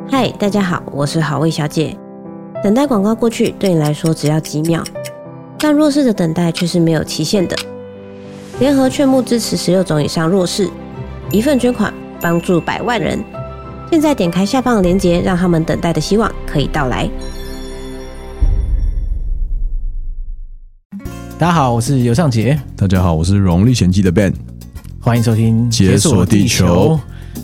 嗨，大家好，我是好味小姐。等待广告过去对你来说只要几秒，但弱势的等待却是没有期限的。联合劝募支持16种以上弱势，一份捐款帮助100万人。现在点开下方的链接，让他们等待的希望可以到来。 大家好，我是尤尚杰。 大家好，我是荣历险记的 Ben。 欢迎收听解锁地球。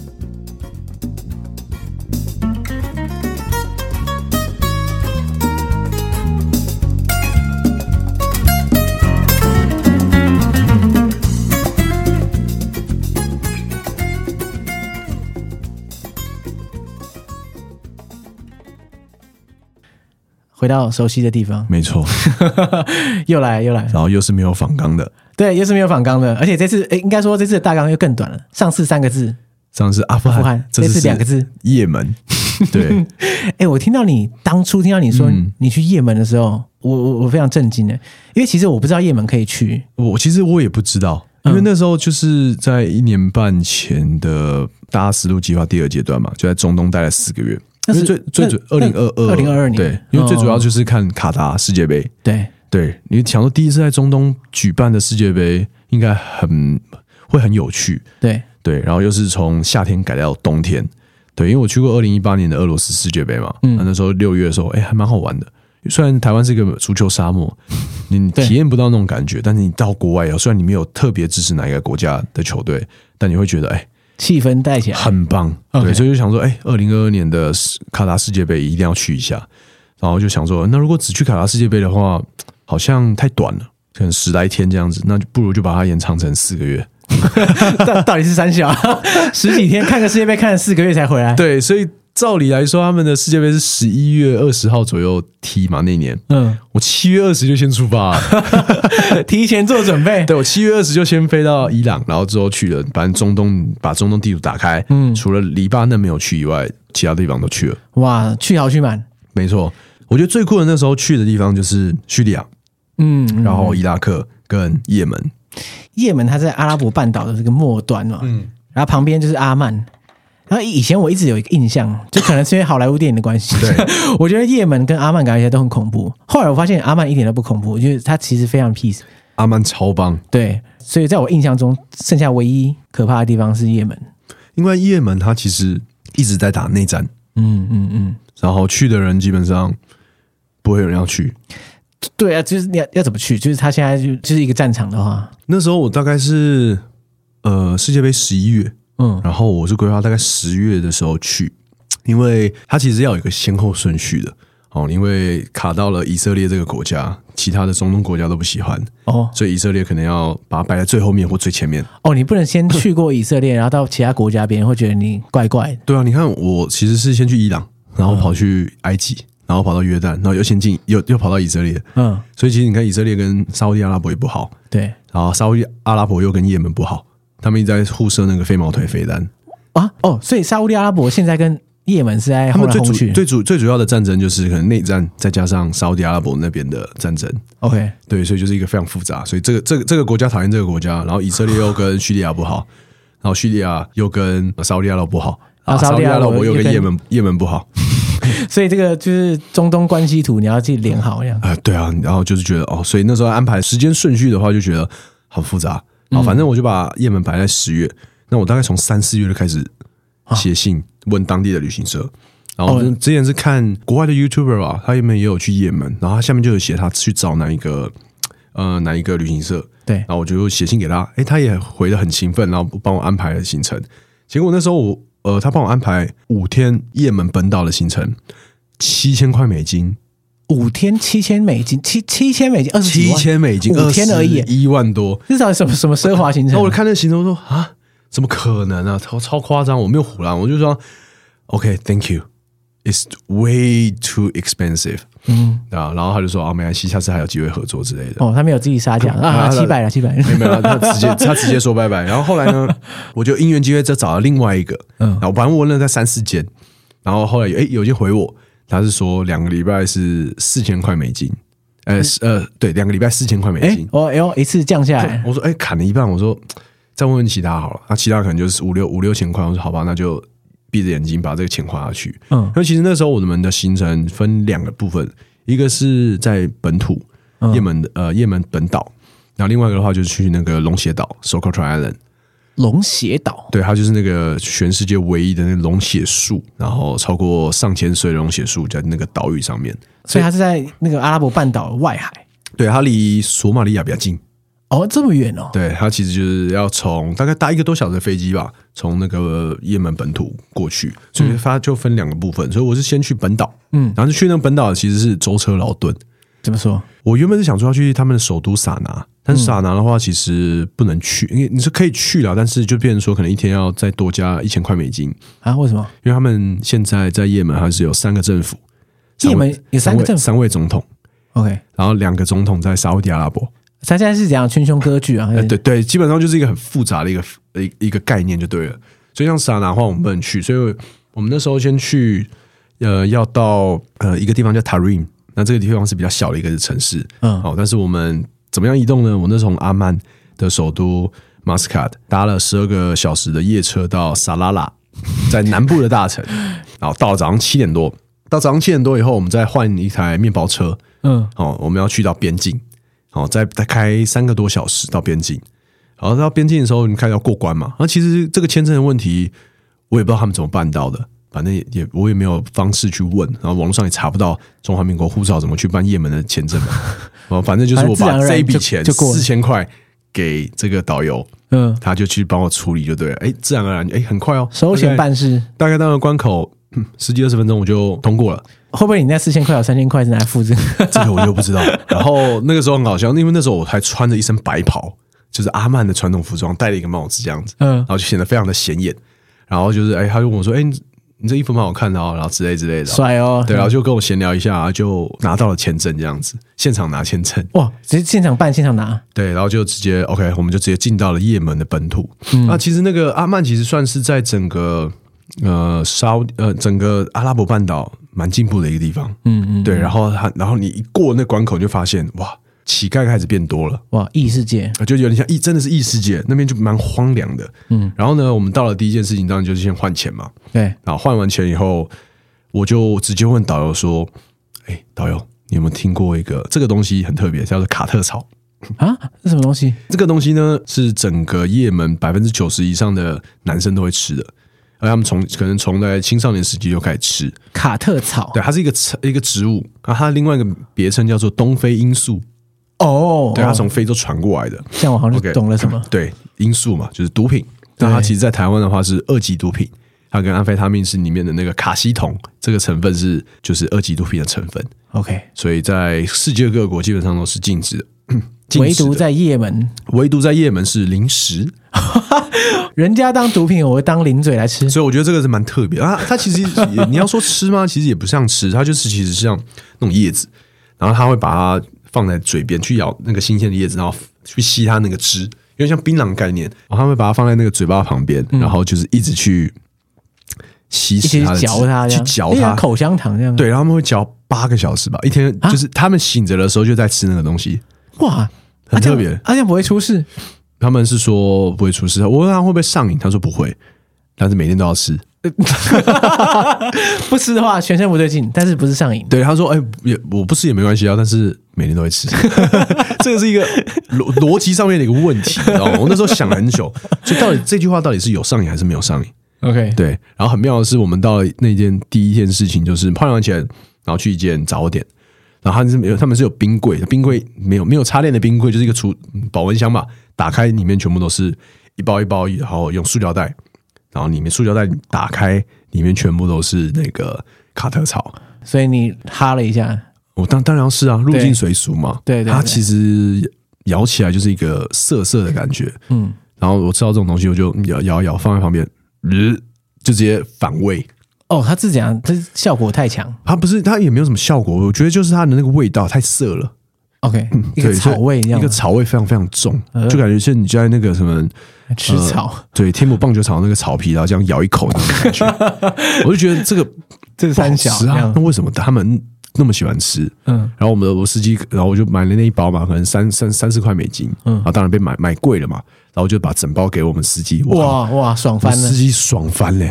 回到熟悉的地方， 没错， 又来， 然后又是没有访纲的， 对，又是没有访纲的，而且这次，应该说这次的大纲又更短了。上次3个字， 上次阿富汗， 这次2个字， 也门。对， 我当初听到你说你去也门的时候，我非常震惊的，因为其实我不知道也门可以去， 其实我也不知道，因为那时候就是在1年半前的大阿斯路计划第2阶段嘛，就在中东待了4个月。因为最2022年，对，因为最主要就是看卡达世界杯，对，你想说第一次在中东举办的世界杯，应该会很有趣，对，然后又是从夏天改到冬天，对，因为我去过2018年的俄罗斯世界杯嘛，那时候6月的时候，还蛮好玩的。虽然台湾是一个足球沙漠，你体验不到那种感觉，但是你到国外以后，虽然你没有特别支持哪一个国家的球队，但你会觉得气氛带起来很棒，对，所以就想说，2022年的卡达世界杯一定要去一下。然后就想说，那如果只去卡达世界杯的话，好像太短了，可能10来天这样子，那就不如就把它延长成4个月。 到底是三小10几天看个世界杯，看了4个月才回来。 对，所以照理来说，他们的世界杯是11月20号左右踢嘛，那年，我7月20就先出发了， 提前做准备。 对，我7月20就先飞到伊朗，然后之后去了，把中东地图打开，除了黎巴嫩没有去以外，其他地方都去了。 哇，去好去满。 没错，我觉得最酷的那时候去的地方就是叙利亚，然后伊拉克跟也门。 也门它在阿拉伯半岛的这个末端嘛，然后旁边就是阿曼。然后以前我一直有一个印象，就可能是因为好莱坞电影的关系，对，我觉得也门跟阿曼感觉都很恐怖。后来我发现阿曼一点都不恐怖，我觉得它其实非常 peace。 阿曼超棒， 对，所以在我印象中，剩下唯一可怕的地方是也门，因为也门它其实一直在打内战，然后去的人基本上不会有人要去。 对啊，就是你要怎么去？就是他现在就是一个战场的话， 那时候我大概是世界杯11月。然后我是规划大概10月的时候去，因为它其实要有一个先后顺序的因为卡到了以色列这个国家，其他的中东国家都不喜欢所以以色列可能要把它摆在最后面或最前面。你不能先去过以色列，然后到其他国家，别人会觉得你怪怪的。对啊，你看我其实是先去伊朗，然后跑去埃及，然后跑到约旦，然后又先进又跑到以色列。所以其实你看以色列跟沙烏地阿拉伯也不好，对，然后沙烏地阿拉伯又跟也门不好。他们一直在互射那个飞毛腿飞弹所以沙烏地阿拉伯现在跟也门是在他们最主要的战争就是可能内战，再加上沙烏地阿拉伯那边的战争。OK， 对，所以就是一个非常复杂。所以这个国家讨厌这个国家，然后以色列又跟叙利亚不好，然后叙利亚又跟沙烏地阿拉伯不好，沙烏地阿拉伯又跟也门不好。 所以这个就是中东关系图，你要自己连好这样。 对啊，然后就是觉得所以那时候安排时间顺序的话，就觉得很复杂。好，反正我就把也门摆在10月，那我大概从3、4月就开始写信问当地的旅行社，然后之前是看国外的 YouTuber 吧，他也有去也门，然后他下面就有写他去找哪一个旅行社，对，然后我就写信给他，他也回得很勤奋，然后帮我安排了行程。结果那时候他帮我安排5天也门本岛的行程，$7000美金。 5天$7000美金，$7000美金，20几万 ，$7000美金 ，5天而已 ，1万多， 这到底什么奢华行程？ 那我看那行程，我说怎么可能啊？超夸张！我没有唬烂，我就说 OK，Thank you，It's way too expensive。然后他就说没关系，下次还有机会合作之类的。 他没有自己杀价700了，700， 没有，他直接说拜拜。然后后来呢，我就因缘机会再找了另外一个，然后反正我问了在3、4间，然后后来有间回我。他是说2个礼拜是$4000美金，对，2个礼拜$4000美金。 一次降下来。 我说砍了一半，我说再问问其他好了。其他可能就是5、6千块。我说好吧，那就闭着眼睛把这个钱花下去。因为其实那时候我们的行程分2个部分，一个是在本土也门本岛，然后另外一个的话就是去那个龙血岛 Socotra Island。 龙血岛， 对，它就是那个全世界唯一的那个龙血树，然后超过上千岁的龙血树在那个岛屿上面， 所以它是在那个阿拉伯半岛的外海。 对，它离索马利亚比较近。 哦，这么远哦？ 对，它其实就是要从大概搭1个多小时的飞机吧，从那个也门本土过去，所以它就分2个部分。所以我是先去本岛，然后去那个本岛其实是舟车劳顿。 怎么说？ 我原本是想说要去他们的首都萨拿，但是萨拿的话其实不能去，因为你是可以去了，但是就变成说可能一天要再多加1000块美金啊？为什么？ 因为他们现在在也门还是有3个政府， 也门有3个政府 ，3位总统 ，OK， 然后2个总统在沙烏地阿拉伯。 他现在是怎样群雄割据啊？ 对，基本上就是一个很复杂的一个概念就对了。所以像萨拿的话我们不能去，所以我们那时候先去要到一个地方叫 Tarim。那这个地方是比较小的一个城市，但是我们怎么样移动呢？我们从阿曼的首都马斯卡特搭了12个小时的夜车到萨拉拉，在南部的大城，然后到了早上7点多，到早上7点多以后，我们再换一台面包车，我们要去到边境，再开3个多小时到边境，然后到边境的时候，你开始要过关嘛？那其实这个签证的问题，我也不知道他们怎么办到的。反正我也没有方式去问，然后网络上也查不到中华民国护照怎么去办也门的签证嘛。反正就是我把这一笔钱4000块给这个导游，他就去帮我处理就对了。自然而然，很快哦， 收钱办事， 大概到了关口10几20分钟我就通过了。 会不会你那4000块有3000块是拿来付这个？ 这个我就不知道。然后那个时候很好笑，因为那时候我还穿着一身白袍，就是阿曼的传统服装，戴了一个帽子这样子，然后就显得非常的显眼。然后就是他就问我说：“你这衣服蛮好看的哦，然后之类的， 帅哦。” 对，然后就跟我闲聊一下，就拿到了签证这样子，现场拿签证。 哇，直接现场办，现场拿。 对，然后就直接 OK， 我们就直接进到了也门的本土。那其实那个阿曼其实算是在整个整个阿拉伯半岛蛮进步的一个地方。对，然后你一过那关口，你就发现哇，乞丐开始变多了。 哇，异世界， 就有点像真的是异世界，那边就蛮荒凉的。然后呢，我们到了第一件事情，当然就是先换钱嘛。 对， 然后换完钱以后，我就直接问导游说：“导游，你有没有听过这个东西很特别，叫做卡特草啊？是什么东西？ 这个东西呢，是整个也门90%以上的男生都会吃的。”而他们可能从在青少年时期就开始吃卡特草， 对，它是一个植物，然后它另外一个别称叫做东非罂粟。对，它从非洲传过来的。 像我好像懂了什么？ 对，罂粟嘛，就是毒品。但它其实在台湾的话是2级毒品，它跟安非他命是里面的那个卡西酮这个成分就是2级毒品的成分。 OK， 所以在世界各国基本上都是禁止的。 唯独在也门是零食， 人家当毒品，我会当零嘴来吃， 所以我觉得这个是蛮特别啊。它其实你要说吃吗？其实也不像吃，它就是其实是像那种叶子，然后它会把它放在嘴边去咬那个新鲜的叶子，然后去吸它那个汁，有点像槟榔概念。然后他会把它放在那个嘴巴旁边，然后就是一直去吸食它的汁，去嚼它， 口香糖这样。 对，然后他们会嚼8个小时吧，一天就是他们醒着的时候就在吃那个东西。 哇， 很特别， 这样不会出事？ 他们是说不会出事。我问他会不会上瘾，他说不会，但是每天都要吃。 不吃的话全身不对劲，但是不是上瘾。 对，他说我不吃也没关系啊，但是每天都会吃。这个是一个逻辑上面的一个问题，你知道吗？我那时候想了很久，所以到底这句话到底是有上瘾还是没有上瘾 ？OK， 对。然后很妙的是，我们到了第一件事情就是泡完钱，然后去一间杂货店。然后他们是有冰柜的，冰柜没有插电的冰柜，就是一个保温箱嘛。打开里面全部都是一包一包，然后用塑料袋，然后里面塑料袋打开，里面全部都是那个卡特草。 所以你哈了一下， 我当然要是啊，入境随俗嘛。 对， 它其实咬起来就是一个涩涩的感觉。然后我吃到这种东西，我就咬放在旁边，就直接反胃。 它是怎样？这效果太强？ 它也没有什么效果，我觉得就是它的那个味道太涩了。 OK， 一个草味，一个草味非常非常重，就感觉像你在那个什么吃草， 对，天母棒球场那个草皮，然后这样咬一口那种感觉。我就觉得这个三小啊，那为什么他们那么喜欢吃？然后我司机，然后我就买了那一包嘛，可能30-40块美金，然后当然被买贵了嘛，然后就把整包给我们司机。 哇，爽翻了！ 司机爽翻嘞！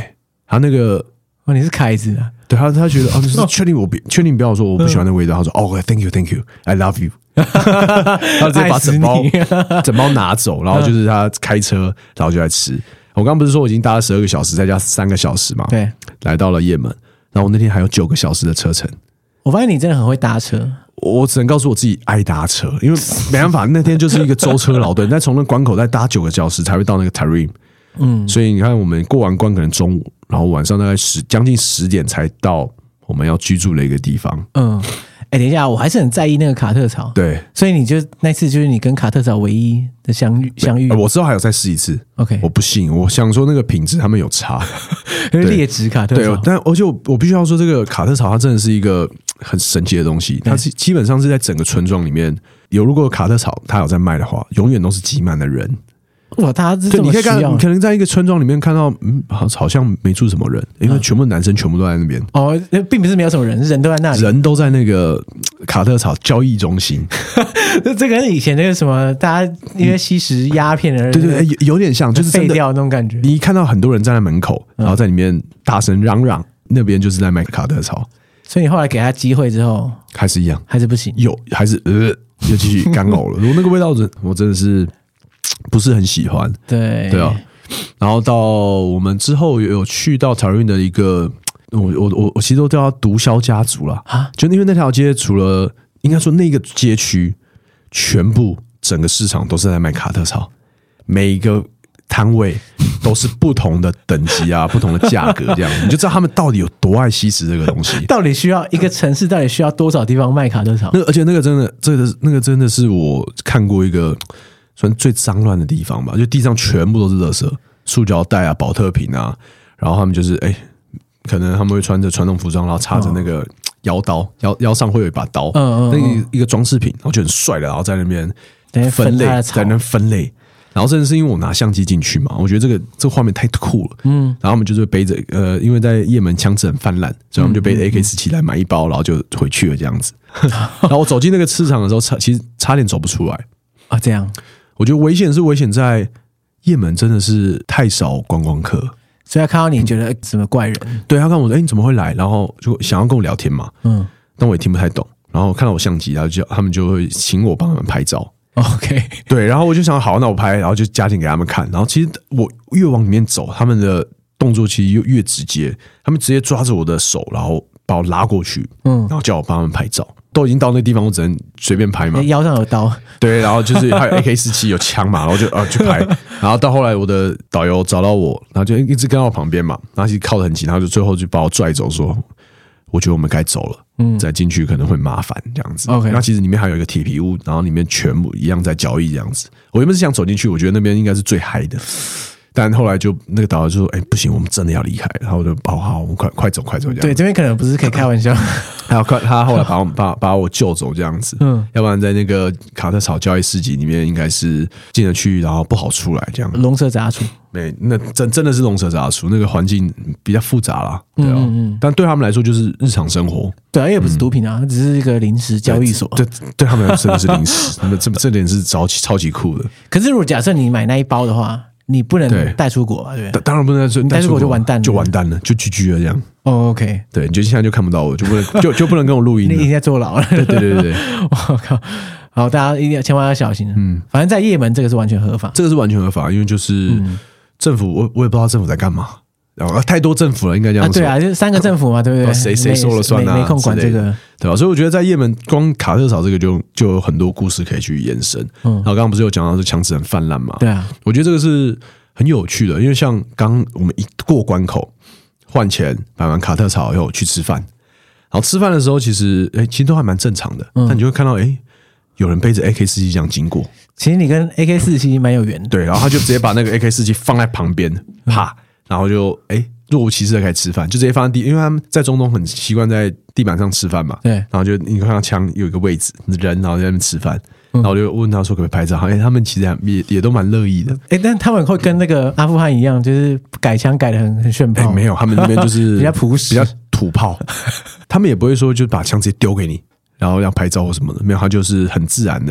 他那个你是凯子啊？ 对他觉得就是确定不要说我不喜欢那味道，他说thank you I love you， 他直接把整包拿走，然后就是他开车，然后就来吃。我刚刚不是说我已经搭了12个小时，再加3个小时嘛？ 对， 来到了也门，然后我那天还有9个小时的车程。 我发现你真的很会搭车。 我只能告诉我自己爱搭车，因为没办法，那天就是一个舟车劳顿，再从那关口再搭9个小时才会到那个 Tarim。所以你看，我们过完关可能中午，然后晚上大概将近10点才到我们要居住的一个地方。 等一下，我还是很在意那个卡特草。 对， 所以你就那次就是你跟卡特草唯一的相遇。 我之后还有再试一次。 OK， 我不信，我想说那个品质他们有差， 劣质卡特草。 对，但而且我必须要说，这个卡特草它真的是一个很神奇的东西。它是基本上是在整个村庄里面有，如果卡特草它有在卖的话，永远都是挤满了人。 哇，大家是这么需要。 你可能在一个村庄里面看到，好像没住什么人，因为全部男生全部都在那边。 并不是没有什么人，人都在那里， 人都在那个卡特草交易中心。 这跟以前那个什么，大家因为吸食鸦片的人， 对，有点像，就是废掉那种感觉。 你一看到很多人站在门口，然后在里面大声嚷嚷，那边就是在卖卡特草。 所以你后来给他机会之后， 还是一样， 还是不行， 还是又继续干呕了。如果那个味道我真的是不是很喜欢。对啊，然后到我们之后有去到Tarim的一个，我其实都叫他毒枭家族啦，就因为那条街除了应该说那个街区，全部整个市场都是在卖卡特草，每一个摊位都是不同的等级啊，不同的价格，这样你就知道他们到底有多爱吸食这个东西。 到底需要一个城市，到底需要多少地方卖卡特草？ 而且那个真的是我看过一个算最脏乱的地方吧，就地上全部都是垃圾，塑胶袋啊、保特瓶啊，然后他们就是可能他们会穿着传统服装，然后插着那个腰刀，腰上会有一把刀，那一个装饰品，然后就很帅的，然后在那边分类，在那边分类。然后真的是因为我拿相机进去嘛，我觉得这个画面太酷了，然后他们就是背着因为在也门枪支很泛滥，所以他们就背着 AK-47来买一包，然后就回去了这样子。然后我走进那个市场的时候，其实差点走不出来啊！这样， 我觉得危险是危险在也门真的是太少观光客， 所以他看到你觉得什么怪人？ 对，他看我说你怎么会来？然后就想要跟我聊天嘛，但我也听不太懂。然后看到我相机，然后他们就会请我帮他们拍照。 OK， 对，然后我就想好，那我拍，然后就加紧给他们看。然后其实我越往里面走，他们的动作其实越直接，他们直接抓着我的手，然后把我拉过去，然后叫我帮他们拍照。都已经到那地方，我只能随便拍嘛。 腰上有刀， 对，然后就是还有 AK-47有枪嘛，然后就去拍。然后到后来我的导游找到我，然后就一直跟到我旁边嘛，然后其实靠得很近，然后就最后就把我拽走，说我觉得我们该走了。再进去可能会麻烦这样子。 OK， 那其实里面还有一个铁皮屋，然后里面全部一样在交易这样子。我原本是想走进去，我觉得那边应该是最嗨的，但后来就那个导游就说：“不行，我们真的要离开。”然后我就好，我们快走这样。 对，这边可能不是可以开玩笑。 还有他后来把我救走这样子，要不然在那个卡特草交易市集里面应该是进得去，然后不好出来这样。 龙蛇杂处， 没，那真的是龙蛇杂处，那个环境比较复杂啦，对啊。但对他们来说就是日常生活， 对啊，因为不是毒品啊，只是一个临时交易所。 对他们来说真的是临时，那么这点是超级酷的。 可是如果假设你买那一包的话，你不能带出国啊，对不对？ 当然不能带出国就完蛋了， 就完蛋了，就 GG 了这样。 OK， 对，你就现在就看不到我，就不能跟我录音了， 你已经在坐牢了。 对， 我靠！好，大家一定要千万要小心。反正在也门这个是完全合法， 这个是完全合法，因为就是政府，我也不知道政府在干嘛。太多政府了，应该这样说。 对啊，就3个政府嘛，对不对？ 谁说了算啊？ 没空管这个， 对吧？所以我觉得在也门，光卡特草这个就有很多故事可以去延伸。然后刚刚不是有讲到是枪支很泛滥嘛？ 对啊， 我觉得这个是很有趣的，因为像刚我们一过关口换钱买完卡特草以后去吃饭，然后吃饭的时候其实都还蛮正常的，但你就会看到有人背着 AK-47这样经过。 其实你跟 AK-47蛮有缘的。 对，然后他就直接把那个 AK-47放在旁边，啪。然后就若无其事的开始吃饭，就直接放在地，因为他们在中东很习惯在地板上吃饭嘛。对，然后就你看到枪有一个位置，人然后在那边吃饭，然后我就问他说可不可以拍照，他们其实也都蛮乐意的。 但他们会跟那个阿富汗一样，就是改枪改得很炫炮。 没有，他们那边就是比较朴实， 比较土炮，他们也不会说就把枪直接丢给你，然后要拍照或什么的，没有，他就是很自然的。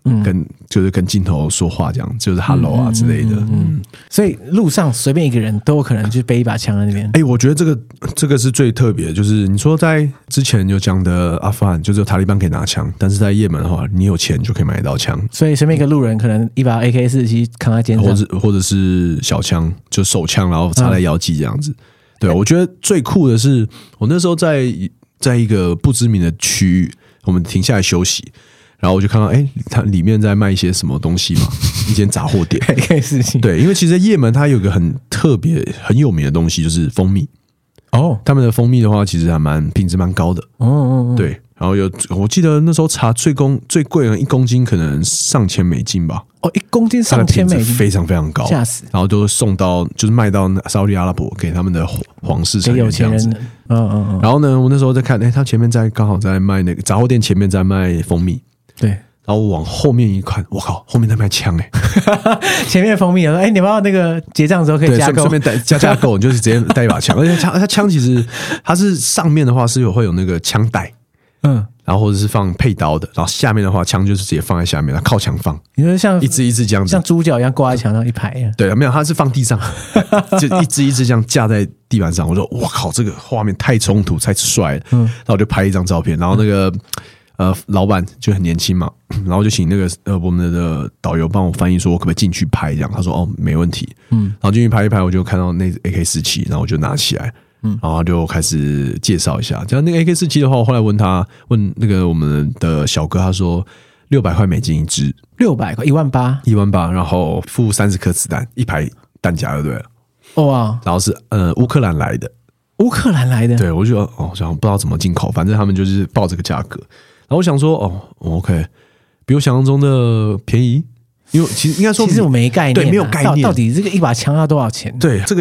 就是跟镜头说话这样，就是 hello 啊之类的。 所以路上随便一个人都有可能就背一把枪在那边。 我觉得这个是最特别的，就是你说在之前有讲的阿富汗，就只有塔利班可以拿枪，但是在也门的话，你有钱就可以买得到枪。 所以随便一个路人可能一把 AK-47扛在肩上， 或者是小枪，就手枪，然后插在腰际这样子。对，我觉得最酷的是，我那时候在一个不知名的区域，我们停下来休息。然后我就看到，它里面在卖一些什么东西嘛，一间杂货店。对，因为其实也门它有个很特别、很有名的东西，就是蜂蜜。他们的蜂蜜的话，其实还品质蛮高的。对，然后我记得那时候茶最贵的1公斤可能上千美金吧。 1公斤上千美金， 非常非常高， 吓死！ 然后都送到，就是卖到沙烏地阿拉伯给他们的皇室成员这样子。然后呢，我那时候在看，他前面刚好在卖那个杂货店前面在卖蜂蜜。对，然后我往后面一看，我靠，后面在卖枪前面蜂蜜说，你要不要那个结账的时候可以加购， 顺便加购，你就是直接带一把枪，而且它枪其实它是上面的话是会有那个枪带，然后或者是放配刀的，然后下面的话枪就是直接放在下面，靠墙放， 你说像一支一支这样子， 像猪脚一样挂在墙上一排。 对，没有，它是放地上，就一支一支这样架在地板上。我说，哇靠，这个画面太冲突，太帅了。然后我就拍一张照片，然后那个。老板就很年轻嘛，然后就请那个我们的导游帮我翻译说，我可不可以进去拍这样？他说没问题。然后进去拍一拍，我就看到那 AK-47，然后我就拿起来，然后他就开始介绍一下。这样那个 AK-47的话，我后来问那个我们的小哥，他说600块美金一支 ，600块18000， 然后附30颗子弹，一排弹夹就对了。 哇！ 然后是乌克兰来的，对，我就想不知道怎么进口，反正他们就是报这个价格。然后我想说，OK， 比我想象中的便宜，因为其实应该说， 其实我没概念， 对，没有概念， 到底这个一把枪要多少钱？ 对，这个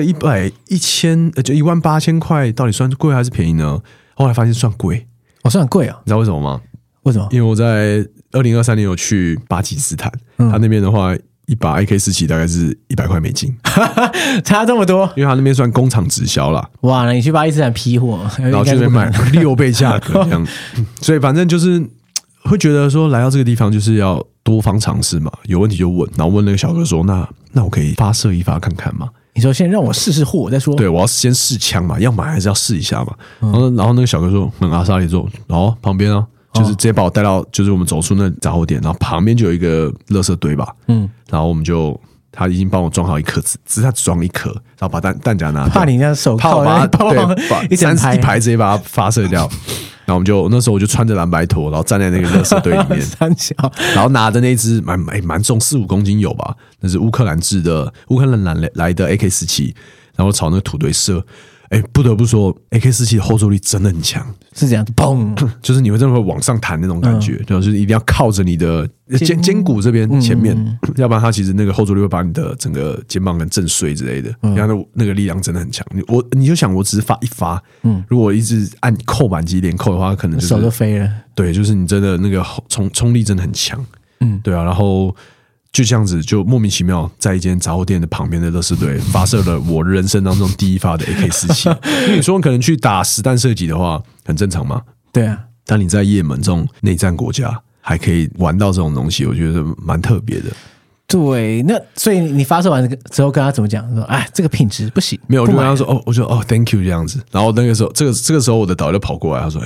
1000就18000块，到底算贵还是便宜呢？后来发现算贵， 算贵啊！ 你知道为什么吗？ 为什么？ 因为我在2023年有去巴基斯坦，他那边的话，一把 AK-47大概是100块美金， 差这么多， 因为他那边算工厂直销啦。 哇，那你去巴基斯坦批货， 然后去那边买6倍价格这样，所以反正就是会觉得说来到这个地方就是要多方尝试嘛，有问题就问，然后问那个小哥说，那我可以发射一发看看吗？ 你说先让我试货再说。 对，我要先试枪嘛，要买还是要试一下嘛。然后那个小哥说，阿萨里说，旁边啊。就是直接把我带到，就是我们走出那杂货店，然后旁边就有一个垃圾堆吧，然后我们他已经帮我装好一颗只是他只装一颗，然后把弹夹拿掉， 怕你那手怕我把它一排直接把它发射掉，然后那时候我就穿着蓝白拖，然后站在那个垃圾堆里面，然后拿着那只蛮重4-5公斤有吧，那是乌克兰来的 AK-47，然后朝那个土堆射。不得不说 AK-47的后坐力真的很强， 是这样，砰， 就是你会真的会往上弹那种感觉，就是一定要靠着你的肩骨这边前面，要不然它其实那个后坐力会把你的整个肩膀跟震碎之类的，然后那个力量真的很强。你就想我只是发一发，如果一直按扣扳机连扣的话，可能就是手都飞了。对， 就是你真的那个冲力真的很强，对啊，然后。就这样子，就莫名其妙在一间杂货店的旁边的垃圾堆发射了我人生当中第一发的 AK-47。因为你说可能去打实弹射击的话，很正常嘛。 对啊， 但你在也门这种内战国家还可以玩到这种东西，我觉得蛮特别的。 对，那所以你发射完之后跟他怎么讲？说这个品质不行。 没有，我就跟他说我就thank you 这样子。然后那个时候，这个时候我的导游就跑过来，他说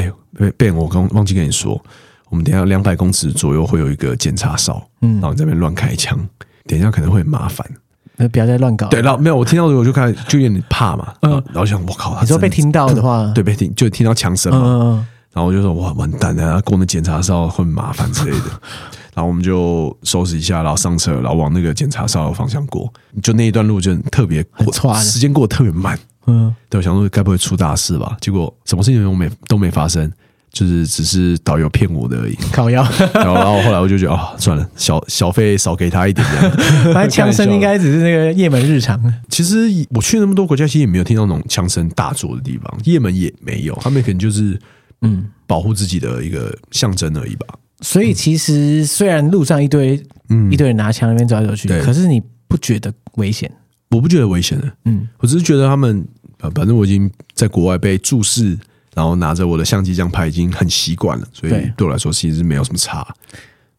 Ben， 我刚忘记跟你说。我们等一下200公尺左右会有一个检查哨，然后你在那边乱开枪，等一下可能会很麻烦， 不要再乱搞。 对，然后没有，我听到我就有点怕嘛，然后想我靠， 你说被听到的话， 对，就听到枪声嘛，然后我就说哇完蛋了，过那检查哨会很麻烦之类的，然后我们就收拾一下，然后上车，然后往那个检查哨的方向过，就那一段路就特别时间过得特别慢，对，我想说该不会出大事吧？结果什么事情都没发生。就是只是导游骗我的而已， 靠腰。 然后后来我就觉得算了，小费少给他一点这样。 反正枪声应该只是那个也门日常。 其实我去那么多国家，其实也没有听到那种枪声大作的地方，也门也没有，他们可能就是保护自己的一个象征而已吧。 所以其实虽然路上一堆人拿枪那边走来走去，可是你不觉得危险？ 我不觉得危险的，我只是觉得他们反正我已经在国外被注视。然后拿着我的相机这样拍，已经很习惯了，所以对我来说其实是没有什么差。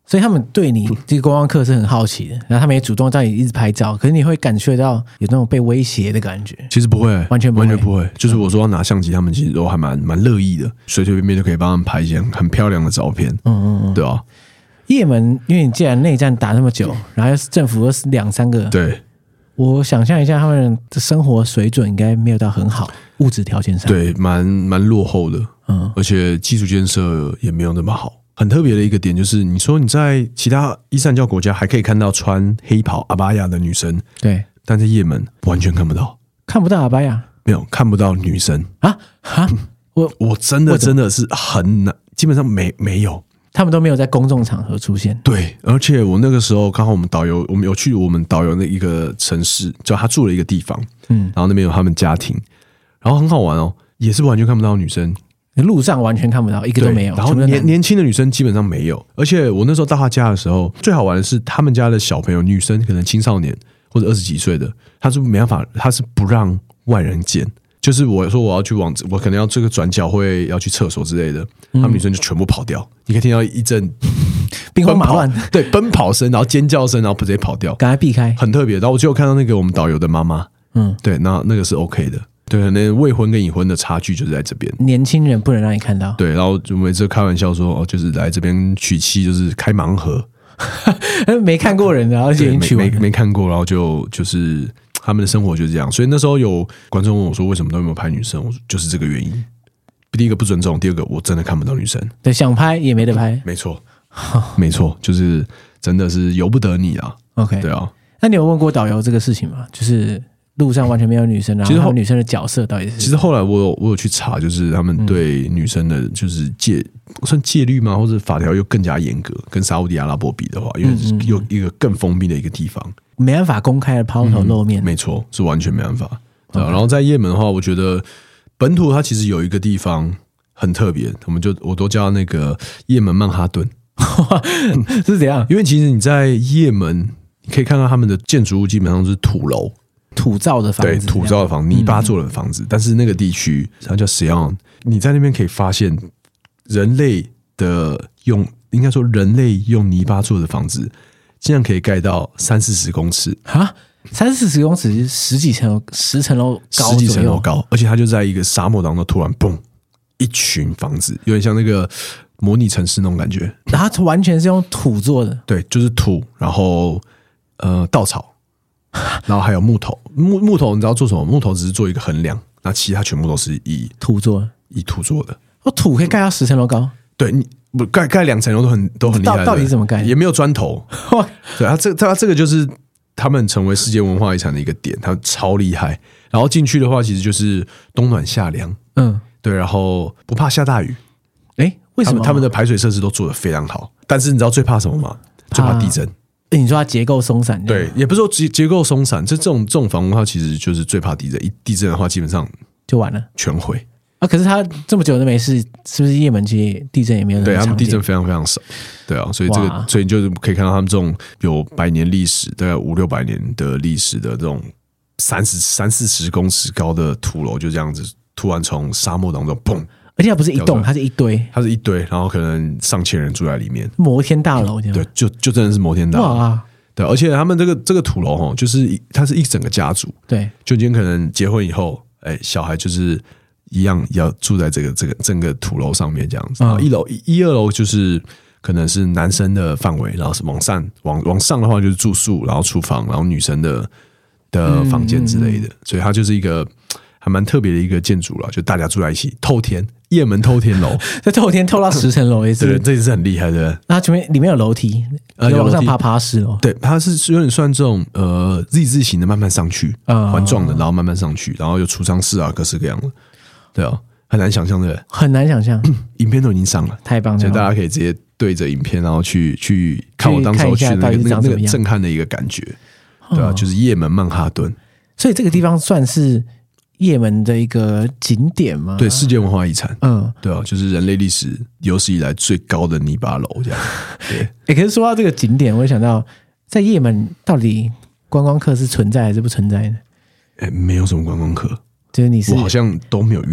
所以他们对你这个观光客是很好奇的，然后他们也主动在你一直拍照，可是你会感觉到有那种被威胁的感觉？ 其实不会， 完全不会。就是我说要拿相机，他们其实都还蛮乐意的，随随便便就可以帮他们拍一些很漂亮的照片。对啊。 也门，因为你既然内战打那么久，然后政府又是2-3个， 对， 我想象一下，他们的生活水准应该没有到很好，物质条件上， 对，蛮落后的，而且基础建设也没有那么好。很特别的一个点就是，你说你在其他伊斯兰教国家还可以看到穿黑袍阿巴亚的女生， 对， 但在也门完全看不到， 看不到阿巴亚， 没有看不到女生啊！ 我真的是很难，基本上没有。 他们都没有在公众场合出现。 对，而且我那个时候刚好我们有去我们导游的一个城市，就他住了一个地方，然后那边有他们家庭，然后很好玩哦，也是完全看不到女生， 路上完全看不到，一个都没有。 然后年轻的女生基本上没有，而且我那时候到他家的时候，最好玩的是他们家的小朋友，女生可能青少年或者20几岁的，他是没办法，他是不让外人见。就是我说我要去我可能要这个转角会要去厕所之类的，他们女生就全部跑掉，你可以听到一阵兵荒马乱， 对，奔跑声，然后尖叫声，然后直接跑掉， 赶快避开， 很特别。然后我就有看到那个我们导游的妈妈，对，那个是 OK 的，对，可能未婚跟已婚的差距就是在这边， 年轻人不能让你看到， 对，然后就每次开玩笑说，就是来这边娶妻就是开盲盒， 没看过人，然后就娶没看过，然后就是他们的生活就是这样。所以那时候有观众问我说，为什么都没有拍女生？我说就是这个原因。第一个不尊重，第二个我真的看不到女生， 对，想拍也没得拍， 没错，没错，就是真的是由不得你啊。 OK， 对啊。 那你有问过导游这个事情吗？就是路上完全没有女生，然后他们女生的角色到底是？ 其实后来我有去查，就是他们对女生的，就是算戒律吗？或者法条又更加严格，跟沙烏地阿拉伯比的话，因为有一个更封闭的一个地方， 没办法公开的抛头露面。 没错，是完全没办法。对啊，然后在也门的话，我觉得本土它其实有一个地方很特别，我都叫那个也门曼哈顿， 是怎样？ 因为其实你在也门，你可以看到他们的建筑物基本上是土楼。 土造的房子， 对，土造的房子，泥巴做的房子，但是那个地区它叫 Sion， 你在那边可以发现人类应该说人类用泥巴做的房子，竟然可以盖到30-40公尺啊！30-40公尺，十几层楼高， 十几层楼高，而且它就在一个沙漠当中突然蹦一群房子，有点像那个模拟城市那种感觉。 它完全是用土做的， 对，就是土，然后稻草。然后还有木头，木头你知道做什么？木头只是做一个横梁，那其他全部都是以土做的。 土可以盖到10层楼高？ 对，你盖2层楼都很厉害。 到底怎么盖？ 也没有砖头。对，它这个就是他们成为世界文化遗产的一个点，它超厉害。然后进去的话，其实就是冬暖夏凉。对，然后不怕下大雨。 为什么？ 他们的排水设施都做得非常好，但是你知道最怕什么吗？最怕地震。 你说它结构松散， 对，也不是说结构松散，这种房屋它其实就是最怕地震，一地震的话基本上就完了，全毁啊！可是它这么久都没事，是不是也门其实地震也没有那么常见？ 对，他们地震非常非常少，对啊，所以你就是可以看到他们这种有100年历史，大概500-600年的历史的这种30-40公尺高的土楼，就这样子突然从沙漠当中砰。 而且它不是一栋，它是一堆， 然后可能上千人住在里面， 摩天大楼这样。 对，就真的是摩天大楼。哇，对，而且他们这个土楼哈，就是它是一整个家族， 对， 就今天可能结婚以后，小孩就是一样要住在这个整个土楼上面这样子。1楼、1、2楼就是可能是男生的范围，然后是往上的话就是住宿，然后厨房，然后女生的房间之类的，所以它就是一个还蛮特别的一个建筑了，就大家住在一起，透天。也门透天楼， 这透天透到10层楼也是， 对，这也是很厉害的。 那它里面有楼梯，有往上爬10楼。 对，它是有点算这种Z 字形的，慢慢上去，环状的，然后慢慢上去，然后有储藏室啊，各式各样的。对啊，很难想象的， 很难想象。 影片都已经上了， 太棒了， 所以大家可以直接对着影片，然后去看我当时候去的那个震撼的一个感觉。对啊，就是也门曼哈顿， 所以这个地方算是也门的一个景点吗？ 对，世界文化遗产。对啊，就是人类历史有史以来最高的泥巴楼这样。对， 可是说到这个景点，我就想到，在也门到底观光客是存在还是不存在呢？ 没有什么观光客， 就是我好像都没有遇到。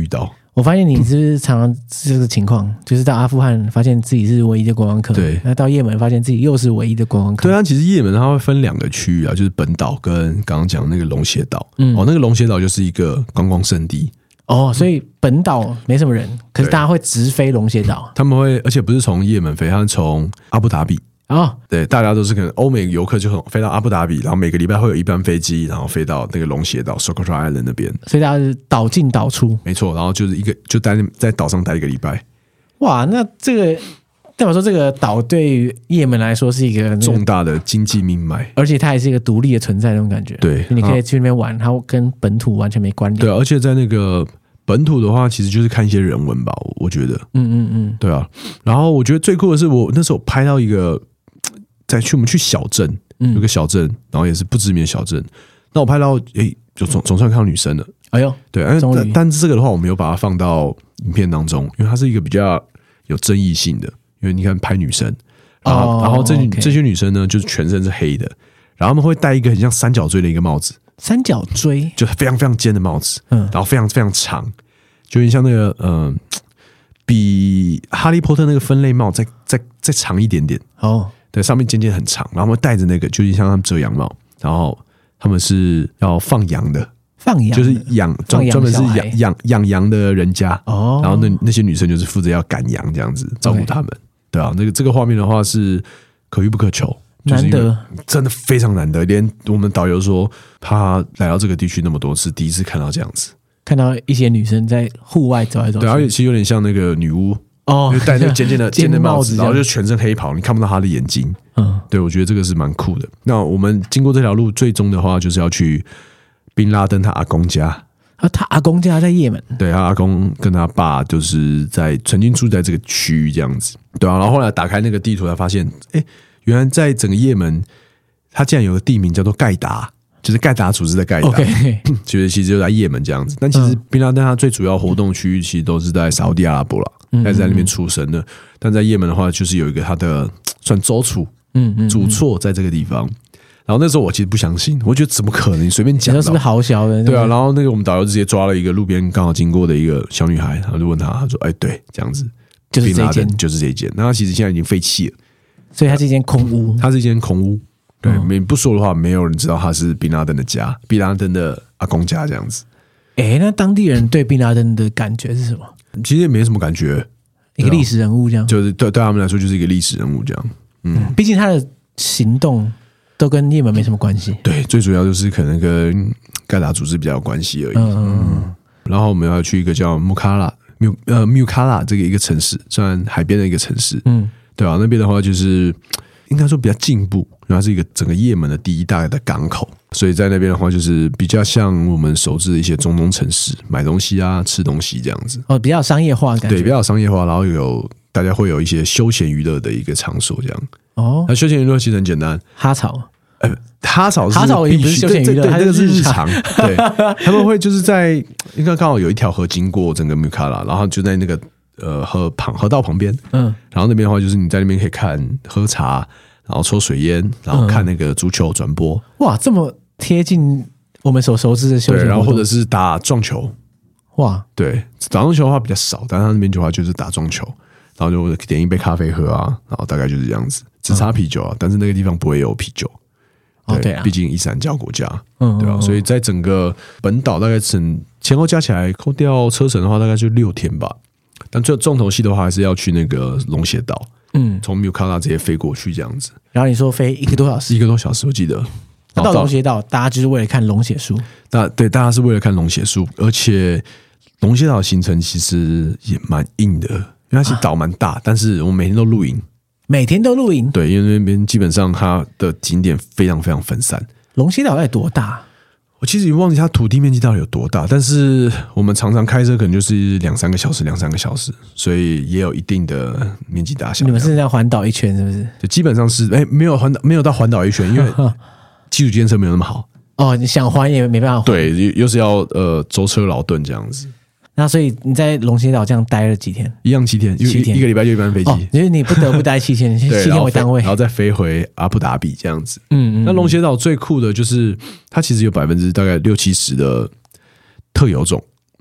我发现你是不是常常这个情况，就是到阿富汗发现自己是唯一的观光客， 对， 那到也门发现自己又是唯一的观光客。 对啊，其实也门它会分2个区域啊，就是本岛跟刚刚讲那个龙血岛。那个龙血岛就是一个观光胜地。 所以本岛没什么人，可是大家会直飞龙血岛。 他们会，而且不是从也门飞，他们从阿布达比。对，大家都是可能欧美游客就飞到阿布达比，然后每个礼拜会有一班飞机，然后飞到那个龙血岛 Socotra Island 那边， 所以大家是岛进岛出， 没错。然后就是就在岛上待1个礼拜。 哇，那这个代表说这个岛对于也门来说是一个重大的经济命脉， 而且它也是一个独立的存在那种感觉。 对， 你可以去那边玩，它跟本土完全没关联。 对，而且在那个本土的话，其实就是看一些人文吧，我觉得。对啊。然后我觉得最酷的是，我那时候拍到一个。我们去小镇，有个小镇，然后也是不知名的小镇。那我拍到，就总算看到女生了。哎呦，对，但这个的话，我没有把它放到影片当中，因为它是一个比较有争议性的。因为你看拍女生，然后这些女生呢，就是全身是黑的，然后他们会戴一个很像三角锥的一个帽子， 三角锥就非常非常尖的帽子，然后非常非常长，就有点像那个比哈利波特那个分类帽再长一点点对，上面尖尖很长，然后他们戴着那个，就是像他们遮阳帽，然后他们是要放羊的，就是专门是养羊的人家，然后那些女生就是负责要赶羊这样子照顾他们，对啊，这个画面的话是可遇不可求， 难得， 真的非常难得，连我们导游说他来到这个地区那么多次，第一次看到这样子， 看到一些女生在户外走来走去， 对，而且其实有点像那个女巫。就戴那个尖的帽子，然后就全身黑袍，你看不到他的眼睛。对，我觉得这个是蛮酷的。那我们经过这条路，最终的话就是要去宾拉登他阿公家。 他阿公家在也门。 对，他阿公跟他爸就是曾经住在这个区域这样子。对啊，然后后来打开那个地图，才发现，原来在整个也门，它竟然有个地名叫做盖达。就是盖达组织的盖达，其实就在也门这样子。但其实宾拉登他最主要活动区域其实都是在沙烏地阿拉伯啦，他是在那边出生的。但在也门的话，就是有一个他的算州处，主厝在这个地方。然后那时候我其实不相信，我觉得怎么可能？你随便讲， 是不是豪小的？ 对啊。然后那个我们导游直接抓了一个路边刚好经过的一个小女孩，然后就问他说：“对，这样子， 就是这一间， 就是这一间。”那他其实现在已经废弃了， 所以它是一间空屋， 它是一间空屋。对，你不说的话，没有人知道他是宾拉登的家，宾拉登的阿公家这样子。 那当地人对宾拉登的感觉是什么？ 其实也没什么感觉， 一个历史人物这样， 就是对他们来说就是一个历史人物这样。 毕竟他的行动都跟也门没什么关系。 对，最主要就是可能跟盖达组织比较有关系而已。然后我们要去一个叫穆卡拉这个一个城市，算海边的一个城市。对啊，那边的话就是应该说比较进步，然后是一个整个也门的第一大的港口，所以在那边的话就是比较像我们熟知的一些中东城市，买东西啊、吃东西这样子。 比较商业化的感觉。 对，比较商业化，然后大家会有一些休闲娱乐的一个场所这样。那休闲娱乐其实很简单， 哈草。 哈草也不是休闲娱乐， 对，那个是日常。对，他们会就是在应该刚好有一条河经过整个穆卡拉，然后就在那个河道旁边，然后那边的话就是你在那边可以喝茶，然后抽水烟，然后看那个足球转播。 哇，这么贴近我们所熟知的休闲活动。 对，然后或者是打撞球。 哇， 对，打撞球的话比较少，但他那边的话就是打撞球，然后就点一杯咖啡喝啊，然后大概就是这样子，只差啤酒啊，但是那个地方不会有啤酒。对啊，毕竟伊斯兰教国家，对啊，所以在整个本岛大概前后加起来，扣掉车程的话，大概就6天吧。但最重头戏的话，还是要去那个龙血岛，从穆卡拉直接飞过去这样子。 然后你说飞1个多小时， 1个多小时，我记得。 到龙血岛，大家就是为了看龙血树。 对，大家是为了看龙血树，而且龙血岛的行程其实也蛮硬的，因为它其实岛蛮大，但是我们每天都露营。 每天都露营？ 对，因为那边基本上它的景点非常非常分散。 龙血岛到底多大？ 我其实也忘记它土地面积到底有多大，但是我们常常开车可能就是2-3个小时，所以也有一定的面积大小。 你们是在环岛一圈是不是？ 就基本上是没有到环岛一圈，因为基础建设没有那么好。 你想环也没办法环。 对，又是要舟车劳顿这样子。 那所以你在龙血岛这样待了几天？ 一样7天，因为1个礼拜就一班飞机。 因为你不得不待7天，7天为单位， 然后再飞回阿布达比这样子。那龙血岛最酷的就是它其实有大概60-70%的特有种，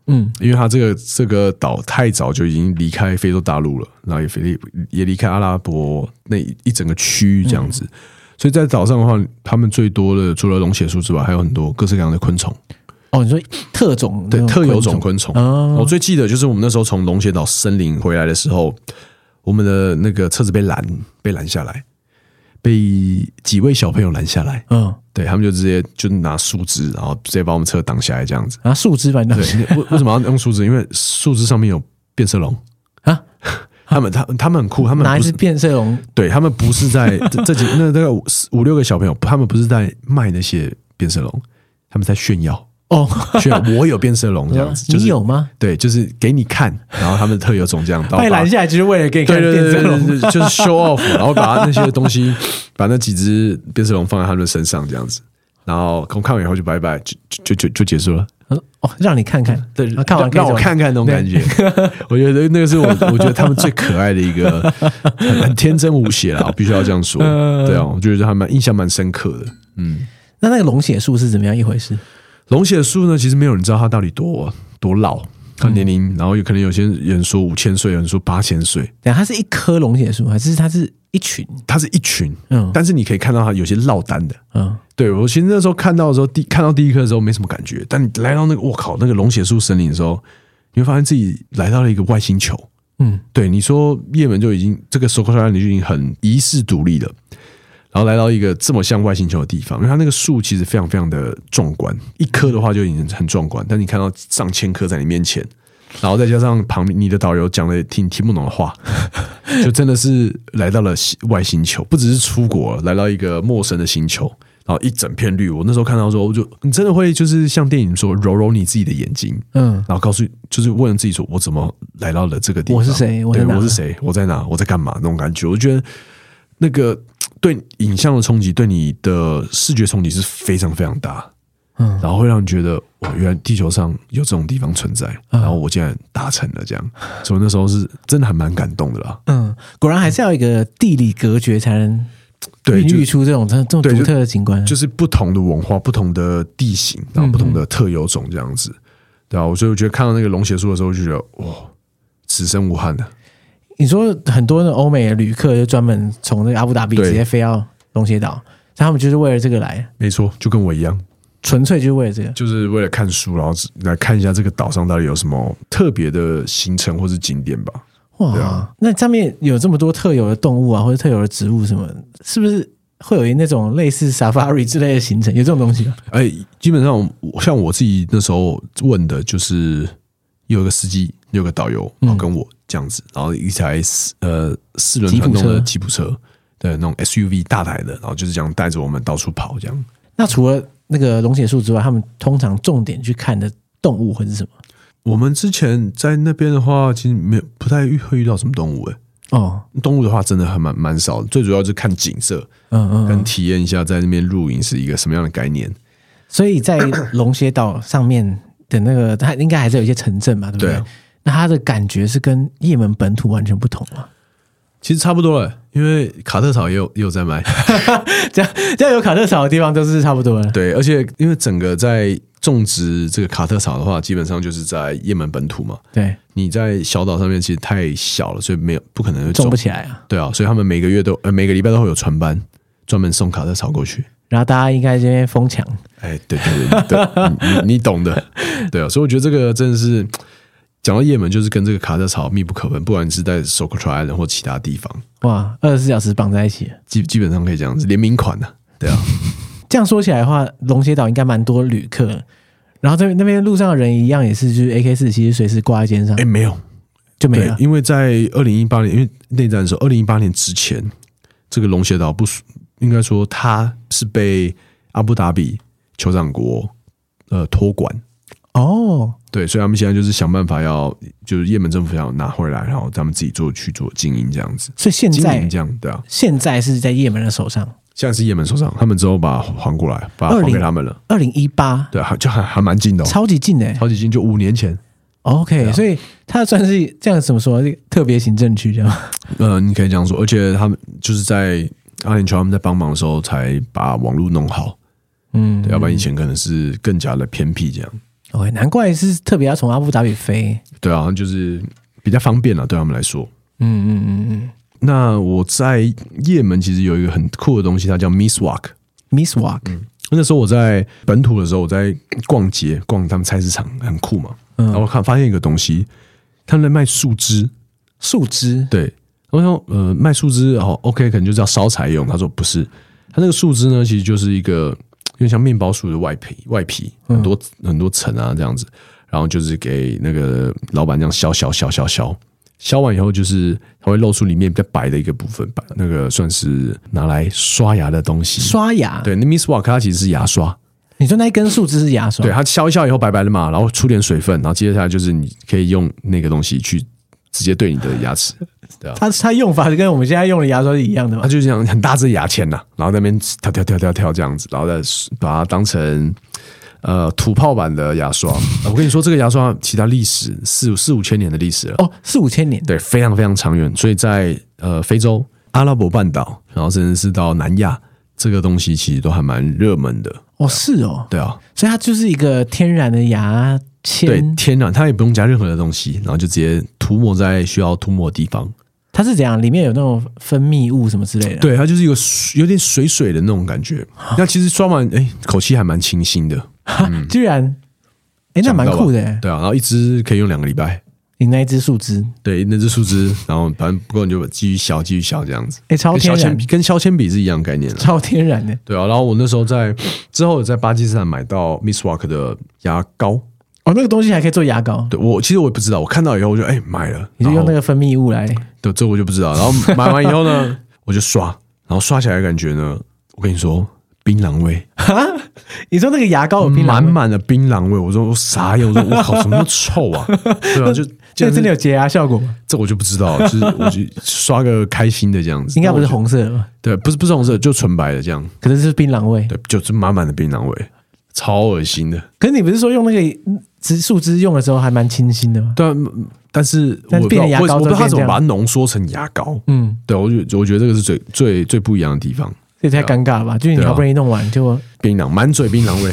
因为它这个岛太早就已经离开非洲大陆了，然后也离开阿拉伯那一整个区域这样子，所以在岛上的话，他们最多的除了龙血树之外，还有很多各式各样的昆虫。 哦，你说特种对特有种昆虫。我最记得就是我们那时候从龙血岛森林回来的时候，我们的那个车子被拦下来，被几位小朋友拦下来。对，他们就直接就拿树枝，然后直接把我们车挡下来这样子。 拿树枝把你挡下来？ 为什么要用树枝？因为树枝上面有变色龙啊。他们很酷，他们拿一只变色龙。 对，他们不是在这几那大概5、6个小朋友，他们不是在卖那些变色龙，他们在炫耀。炫耀我有变色龙这样子。 你有吗？ 对，就是给你看，然后他们特有种这样。 把你拦下来就是为了给你看变色龙， 对，就是 show off， 然后把那些东西，把那几只变色龙放在他们的身上这样子，然后看完以后就拜拜，就结束了。 让你看看，对，看完让我看看那种感觉。我觉得那个是我觉得他们最可爱的一个，很天真無邪啦，我必须要这样说。对啊，我觉得还印象蛮深刻的。 那个龙血树是怎么样一回事？ 龙血树呢，其实没有人知道它到底多老，它年龄，然后有可能有些人说5000岁，有人说8000岁。 它是一棵龙血树，还是它是一群？ 它是一群，但是你可以看到它有些落单的。对，我其实那时候看到的时候，看到第一棵的时候没什么感觉，但你来到那个我靠那个龙血树森林的时候，你会发现自己来到了一个外星球。对，你说也门就已经这个索科特兰就已经很遗世独立了。然后来到一个这么像外星球的地方，因为它那个树其实非常非常的壮观，一棵的话就已经很壮观，但你看到上千棵在你面前，然后再加上旁边你的导游讲了听不懂的话，就真的是来到了外星球，不只是出国了，来到一个陌生的星球，然后一整片绿。我那时候看到的时候，你真的会就是像电影说揉你自己的眼睛，然后告诉就是问自己说，我怎么来到了这个地方？ 我是谁？ 对，我是谁？我在哪？我在干嘛？那种感觉，我觉得那个。对影像的冲击，对你的视觉冲击是非常非常大，然后会让你觉得哇，原来地球上有这种地方存在，然后我竟然达成了这样，所以那时候是真的还蛮感动的啦。 果然还是要一个地理隔绝才能孕育出这种独特的景观， 就是不同的文化、不同的地形，然后不同的特有种这样子，对啊，所以我觉得看到那个龙血树的时候，就觉得哇，此生无憾的。 你说很多的欧美的旅客就专门从那个阿布达比直接飞到龙血岛，他们就是为了这个来。 没错，就跟我一样， 纯粹就是为了这个， 就是为了看书，然后来看一下这个岛上到底有什么特别的行程或是景点吧。 哇，那上面有这么多特有的动物啊，或者特有的植物什么，是不是会有那种类似 safari 之类的行程？有这种东西吗？ 基本上像我自己那时候问的就是有一个司机，有个导游，然后跟我这样子，然后一台4轮传动的吉普车，对，那种 SUV 大台的，然后就是这样带着我们到处跑这样。 那除了那个龙血树之外，他们通常重点去看的动物会是什么？ 我们之前在那边的话，其实不太会遇到什么动物动物的话真的还蛮少的，最主要就是看景色，跟体验一下在那边露营是一个什么样的概念。 所以在龙血岛上面的那个，它应该还是有一些城镇嘛，对不对？那它的感觉是跟也门本土完全不同吗？ 其实差不多了，因为卡特草也有在卖， 这样有卡特草的地方都是差不多了。 对，而且因为整个在种植这个卡特草的话，基本上就是在也门本土嘛。 对， 你在小岛上面其实太小了，所以不可能种不起来啊。 对啊，所以他们每个礼拜都会有船班专门送卡特草过去。 然后大家应该这边疯抢， 对，你懂的，对啊，所以我觉得这个真的是讲到也门，就是跟这个卡特草密不可分，不管是在 Socotra Island 或其他地方， 哇，24小时绑在一起， 基本上可以这样子联名款的，对啊。 这样说起来的话，龙血岛应该蛮多旅客，然后在那边路上的人一样也是，就是 AK-47随时挂在肩上， 没有就没了， 因为在2018年，因为内战的时候，2018年之前，这个龙血岛应该说它是被阿布达比酋长国托管对，所以他们现在就是想办法就是也门政府要拿回来，然后他们自己去做经营这样子。 所以现在经营这样，对啊， 现在是在也门的手上， 现在是也门手上，他们之后把它还过来，把它还给他们了。 2018，对， 就还蛮近的， 超级近的， 超级近，就5年前。 OK，所以它算是这样怎么说？特别行政区这样？ 你可以这样说，而且他们就是在阿联酋他们在帮忙的时候才把网络弄好，对，要不然以前可能是更加的偏僻这样。 哦，难怪是特别要从阿布达比飞。 对啊，就是比较方便了，对他们来说。那我在也门其实有一个很酷的东西，它叫 Miswak。那时候我在本土的时候，我在逛街，逛他们菜市场，很酷嘛。然后发现一个东西，他们在卖树枝。 树枝？ 对。我想卖树枝，OK， 可能就是要烧柴用。他说不是，他那个树枝呢，其实就是一个有点像面包树的外皮，很多层啊这样子。然后就是给那个老板这样削完以后，就是它会露出里面比较白的一个部分，那个算是拿来刷牙的东西。 刷牙？ 对，那 Miswak 它其实是牙刷。 你说那一根树枝是牙刷？ 对，它削一削以后白白的嘛，然后出点水分，然后接下来就是你可以用那个东西去直接对你的牙齿。对啊， 它用法跟我们现在用的牙刷是一样的吗？ 它就这样很大支牙签呐，然后在那边跳这样子，然后再把它当成土炮版的牙刷。我跟你说，这个牙刷其他历史四五千年的历史了。 哦，4-5千年， 对，非常非常长远。所以在非洲、阿拉伯半岛，然后甚至是到南亚，这个东西其实都还蛮热门的。 哦，是哦， 对啊， 所以它就是一个天然的牙签， 对，天然，它也不用加任何的东西，然后就直接涂抹在需要涂抹的地方。 它是怎样？里面有那种分泌物什么之类的？ 对，它就是一个有点水水的那种感觉。那其实刷完，口气还蛮清新的。 居然，那蛮酷的。 对啊，然后一支可以用2个礼拜。 你那一支树枝？ 对，那支树枝，然后反正不够你就继续削这样子。 超天然， 跟削铅笔是一样概念。 超天然的。 对啊，然后我那时候之后在巴基斯坦买到 Miswak 的牙膏。 哦，那个东西还可以做牙膏？ 对，其实我也不知道，我看到以后我就买了。 你就用那个分泌物来？ 对，这我就不知道。然后买完以后呢，我就刷，然后刷起来的感觉呢，我跟你说，槟榔味。 你说那个牙膏有槟榔味？ 满满的槟榔味。我说我傻眼，我说我靠，怎么那么臭啊？对啊， 这真的有洁牙效果吗？ 这我就不知道，就是我就刷个开心的这样子。 应该不是红色的吧？ 对，不是红色，就纯白的这样。 可是是槟榔味。 对，就是满满的槟榔味，超恶心的。 可是你不是说用那个树枝用的时候还蛮清新的吗？ 对啊，但是我不知道他怎么把它浓缩成牙膏。对，我觉得这个是最不一样的地方。 这也太尴尬了吧？就是你好不容易弄完就槟榔，满嘴槟榔味。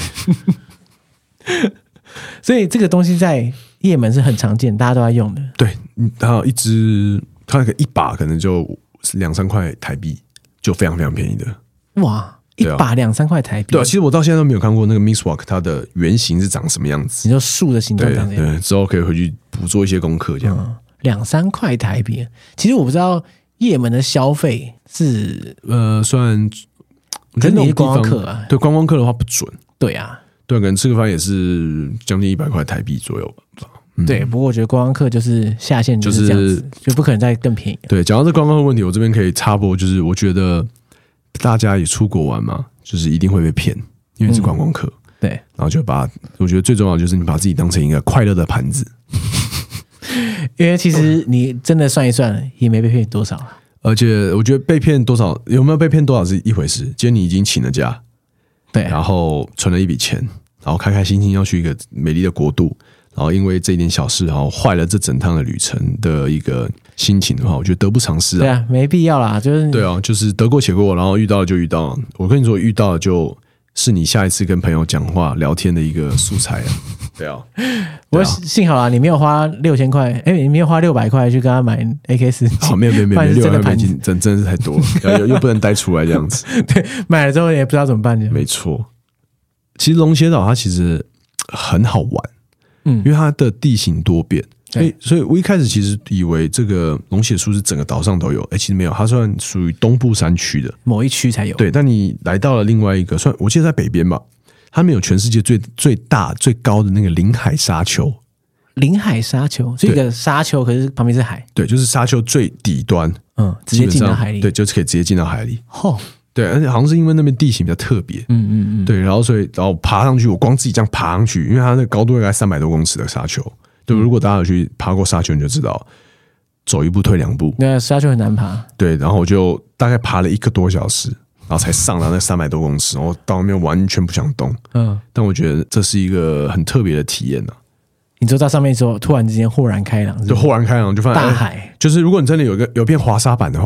所以这个东西在也门是很常见，大家都在用的。 对，然后它一把可能就2-3块台币，就非常非常便宜的。 哇，一把2-3块台币。 对啊，其实我到现在都没有看过那个 Miswak 它的原型是长什么样子。 你说树的形状长这样？ 对，之后可以回去补做一些功课，这样。 2-3块台币，其实我不知道也门的消费是算，我觉得你是观光客啊。 对，观光客的话不准。 对啊， 对，可能吃个饭也是将近100块台币左右吧。 对，不过我觉得观光客就是下限就是这样子，就不可能再更便宜。 对，讲到这观光客问题，我这边可以插播，就是我觉得大家也出国玩嘛，就是一定会被骗，因为是观光客。 对， 然后我觉得最重要的就是你把自己当成一个快乐的盘子。 因为其实你真的算一算，也没被骗多少。 而且我觉得被骗多少，有没有被骗多少是一回事。今天你已经请了假， 对， 然后存了一笔钱，然后开开心心要去一个美丽的国度，然后因为这一点小事，然后坏了这整趟的旅程的一个心情的话，我觉得得不偿失啊。 对啊，没必要啦，就是对啊，就是得过且过，然后遇到了就遇到了。我跟你说，遇到了就是你下一次跟朋友讲话聊天的一个素材啊。对啊， 我幸好啦，你没有花6000块，你没有花600块去跟他买 AK47。 没有，600块美金真的是太多了，又不能带出来这样子。 对，买了之后也不知道怎么办。 没错，其实龙血岛它其实很好玩，因为它的地形多变。所以我一开始其实以为这个龙血树是整个岛上都有，其实没有，它算属于东部山区的某一区才有。 对，但你来到了另外一个，我记得在北边吧，他们有全世界最大最高的那个临海沙丘。 临海沙丘是一个沙丘，可是旁边是海。 对，就是沙丘最底端， 直接进到海里。 对，就是可以直接进到海里。对，而且好像是因为那边地形比较特别。对，然后爬上去，我光自己这样爬上去，因为它那个高度大概300多公尺的沙丘。对，如果大家有去爬过沙丘，你就知道，走一步退2步。 对，沙丘很难爬。 对，然后我就大概爬了1个多小时，然后才上到那300多公尺，然后到那边完全不想动。但我觉得这是一个很特别的体验啊。 你坐到上面之后，突然之间豁然开朗， 就豁然开朗，就发现大海。 就是如果你真的有片滑沙板的话，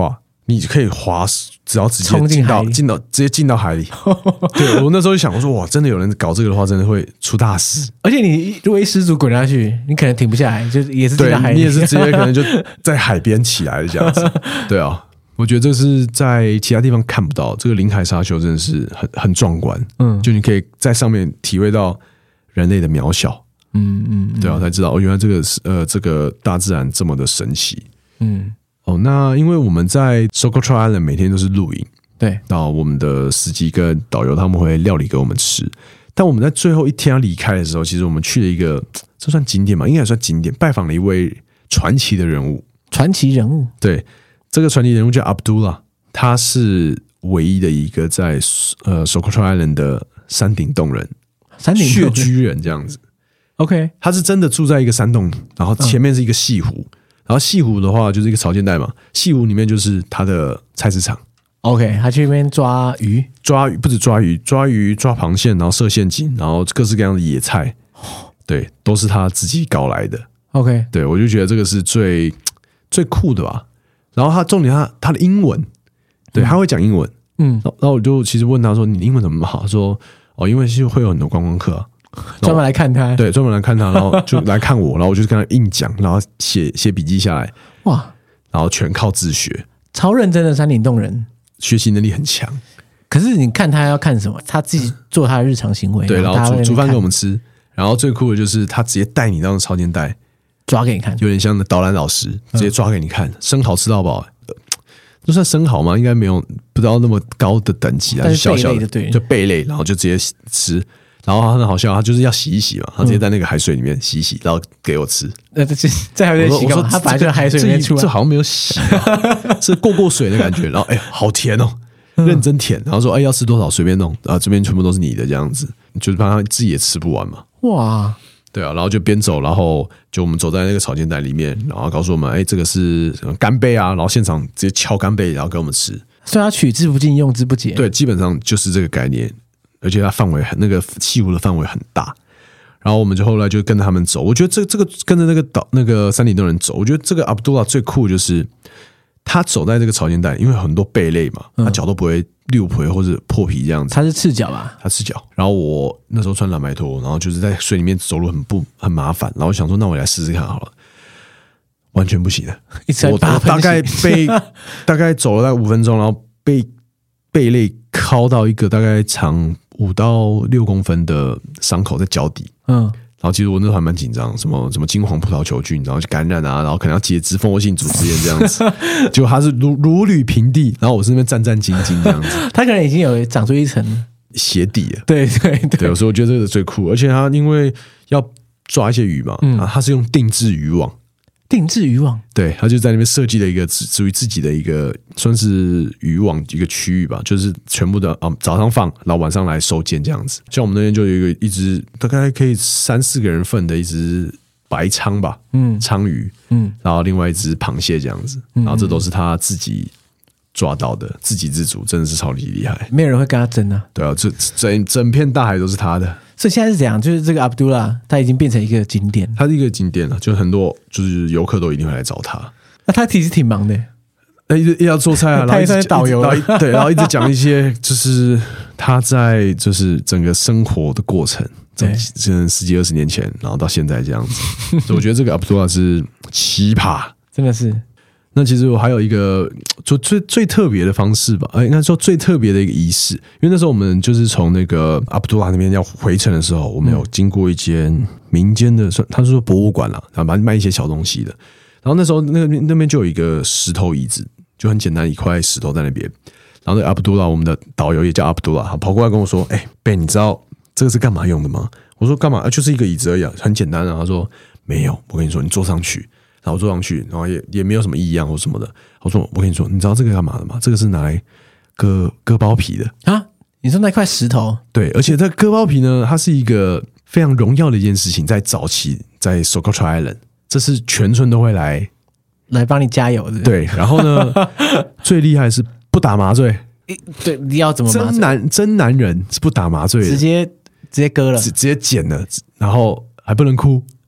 你可以滑，只要直接直接进到海里。对，我那时候就想说，哇，真的有人搞这个的话，真的会出大事。 而且你如果一失足滚下去，你可能停不下来，就也是进到海里。 你也是直接可能就在海边起来的这样子。对啊，我觉得这是在其他地方看不到，这个临海沙丘真的是很壮观。就你可以在上面体会到人类的渺小。对啊，才知道原来这个大自然这么的神奇。那因为我们在 Socotra Island 每天都是露营， 对， 然后我们的司机跟导游他们会料理给我们吃。但我们在最后一天要离开的时候，其实我们去了一个，这算景点吗？应该也算景点，拜访了一位传奇的人物。 传奇人物， 对，这个传奇人物叫 Abdullah， 他是唯一的一个在Socotra Island 的山顶洞人，穴居人这样子。 OK， 他是真的住在一个山洞，然后前面是一个西湖。然后西湖的话就是一个潮间带嘛，西湖里面就是他的菜市场。 OK， 他去那边抓鱼， 不止抓鱼，抓螃蟹，然后设陷阱，然后各式各样的野菜，对，都是他自己搞来的。 OK， 对，我就觉得这个是最酷的吧。然后重点他的英文，对，他会讲英文。然后我就其实问他说：“你英文怎么好？”他说：“因为是会有很多观光客啊。” 专门来看他， 对，专门来看他，然后就来看我，然后我就跟他硬讲，然后写笔记下来， 哇，然后全靠自学， 超认真的山顶洞人， 学习能力很强。 可是你看他要看什么？他自己做他的日常行为， 对，然后煮饭给我们吃，然后最酷的就是他直接带你到潮间带抓给你看， 有点像导览老师，直接抓给你看，生蚝吃到饱。就算生蚝吗？应该没有，不知道那么高的等级啊，就小小的，就贝类，然后就直接吃。然后他很好笑，他就是要洗一洗嘛，他直接在那个海水里面洗一洗，然后给我吃。 在海水洗干嘛？他本来就在海水里面出来， 这好像没有洗啊，是过水的感觉。然后好甜哦，认真甜。然后说要吃多少随便弄，这边全部都是你的这样子，就是怕他自己也吃不完嘛。 哇， 对啊，然后就边走，然后就我们走在那个潮间带里面，然后告诉我们，这个是干贝啊，然后现场直接敲干贝，然后给我们吃。 所以他取之不尽，用之不竭。 对，基本上就是这个概念。而且它范围那个西湖的范围很大，然后我们就后来就跟着他们走。我觉得这个跟着那个山顶洞人走，我觉得这个 Abdullah 最酷就是他走在这个潮间带，因为很多贝类嘛，他脚都不会溜皮或者破皮这样子。 他是赤脚吧？ 他赤脚。然后我那时候穿蓝白拖，然后就是在水里面走路很麻烦，然后我想说那我来试试看好了，完全不行的。我大概走了大概5分钟，然后被贝类敲到一个大概长5到6公分的伤口在脚底，然后其实我那时候还蛮紧张，什么金黄葡萄球菌，然后就感染啊，然后可能要截肢、蜂窝性组织炎这样子，结果他是如履平地，然后我是那边战战兢兢这样子， 他可能已经有长出一层鞋底了， 对， 所以我觉得这个最酷，而且他因为要抓一些鱼嘛，他是用定制渔网。 定制渔网， 对，他就在那边设计了一个属于自己的一个算是渔网一个区域吧，就是全部的早上放，然后晚上来收件这样子。像我们那边就有一只大概可以3-4个人份的一只白鲳吧，鲳鱼，然后另外一只螃蟹这样子，然后这都是他自己抓到的，自给自足，真的是超级厉害， 没有人会跟他争啊。 对啊，整片大海都是他的。 所以现在是怎样？就是这个 Abdullah 他已经变成一个景点， 他是一个景点了，就很多就是游客都一定会来找他。 那他其实挺忙的， 一直要做菜啊， 他也算是导游， 对，然后一直讲一些就是他在就是整个生活的过程，从10几20年前，然后到现在这样子。所以我觉得这个 Abdullah 是奇葩， 真的是。 那其实我还有一个就最特别的方式吧，应该说最特别的一个仪式，因为那时候我们就是从那个阿卜杜拉那边要回程的时候，我们有经过一间民间的，他是说博物馆啦，然后卖一些小东西的。然后那时候那边就有一个石头椅子，就很简单一块石头在那边。然后那阿卜杜拉，我们的导游也叫阿卜杜拉，他跑过来跟我说：“贝，你知道这个是干嘛用的吗？”我说：“干嘛？就是一个椅子而已，很简单啊。”他说：“没有，我跟你说，你坐上去。”然后坐上去，然后也没有什么异样或什么的。我说：“我跟你说，你知道这个干嘛的吗？这个是拿来割包皮的啊！你说那块石头？ 对，而且这割包皮呢，它是一个非常荣耀的一件事情。在早期，在 Socotra Island， 这是全村都会来帮你加油的。 对，然后呢，最厉害是不打麻醉。 对，你要怎么麻醉？ 真男人是不打麻醉的， 直接割了， 直接剪了，然后还不能哭。”